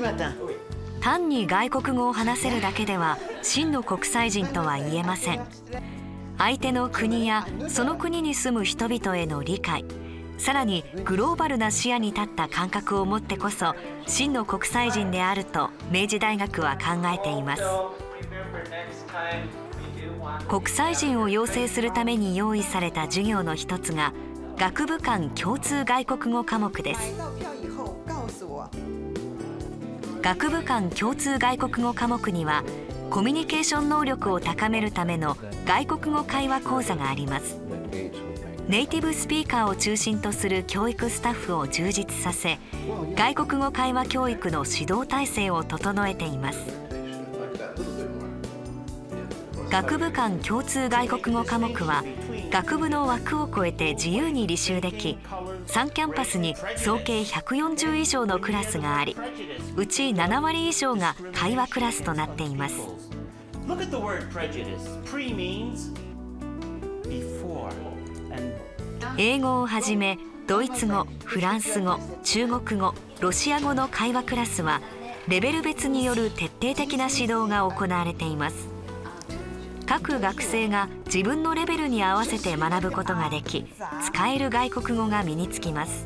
単に外国語を話せるだけでは真の国際人とは言えません。相手の国やその国に住む人々への理解、さらにグローバルな視野に立った感覚を持ってこそ真の国際人であると明治大学は考えています。国際人を養成するために用意された授業の一つが学部間共通外国語科目です。学部間共通外国語科目にはコミュニケーション能力を高めるための外国語会話講座があります。ネイティブスピーカーを中心とする教育スタッフを充実させ、外国語会話教育の指導体制を整えています。学部間共通外国語科目は学部の枠を超えて自由に履修でき、3キャンパスに総計140以上のクラスがあり、うち7割以上が会話クラスとなっています。英語をはじめドイツ語、フランス語、中国語、ロシア語の会話クラスはレベル別による徹底的な指導が行われています。各学生が自分のレベルに合わせて学ぶことができ、使える外国語が身につきます。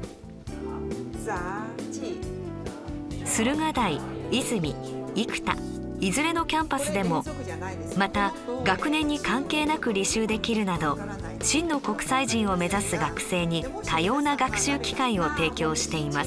駿河台、泉、生田、いずれのキャンパスでも、また学年に関係なく履修できるなど、真の国際人を目指す学生に多様な学習機会を提供しています。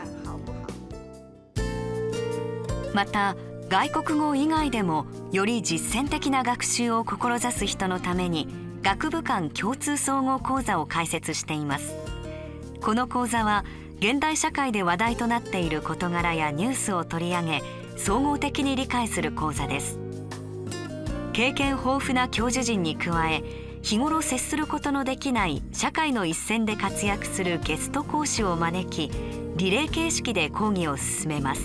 また外国語以外でもより実践的な学習を志す人のために学部間共通総合講座を開設しています。この講座は現代社会で話題となっている事柄やニュースを取り上げ、総合的に理解する講座です。経験豊富な教授陣に加え、日頃接することのできない社会の一線で活躍するゲスト講師を招き、リレー形式で講義を進めます。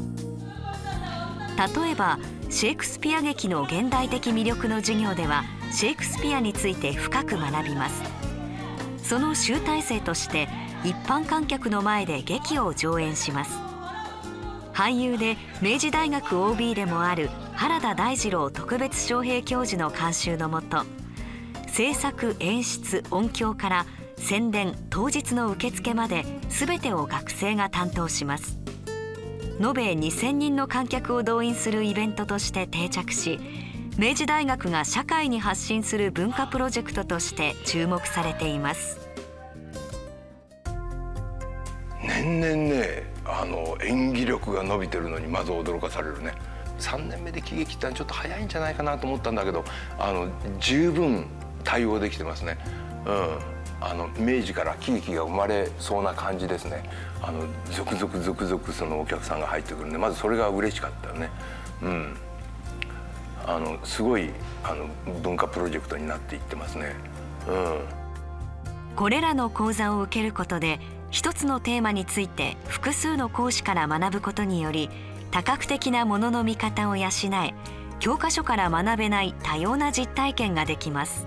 例えばシェイクスピア劇の現代的魅力の授業ではシェイクスピアについて深く学びます。その集大成として一般観客の前で劇を上演します。俳優で明治大学 OB でもある原田大二郎特別招聘教授の監修のもと、制作、演出、音響から宣伝、当日の受付まで全てを学生が担当します。延べ2000人の観客を動員するイベントとして定着し、明治大学が社会に発信する文化プロジェクトとして注目されています。 年々ね、演技力が伸びてるのにまず驚かされるね。3年目で喜劇ってのはちょっと早いんじゃないかなと思ったんだけど、十分対応できてますね。明治から喜劇が生まれそうな感じですね。続々そのお客さんが入ってくるんで、まずそれが嬉しかったよね。すごい文化プロジェクトになっていってますね。 これらの講座を受けることで、一つのテーマについて複数の講師から学ぶことにより、多角的なものの見方を養え、教科書から学べない多様な実体験ができます。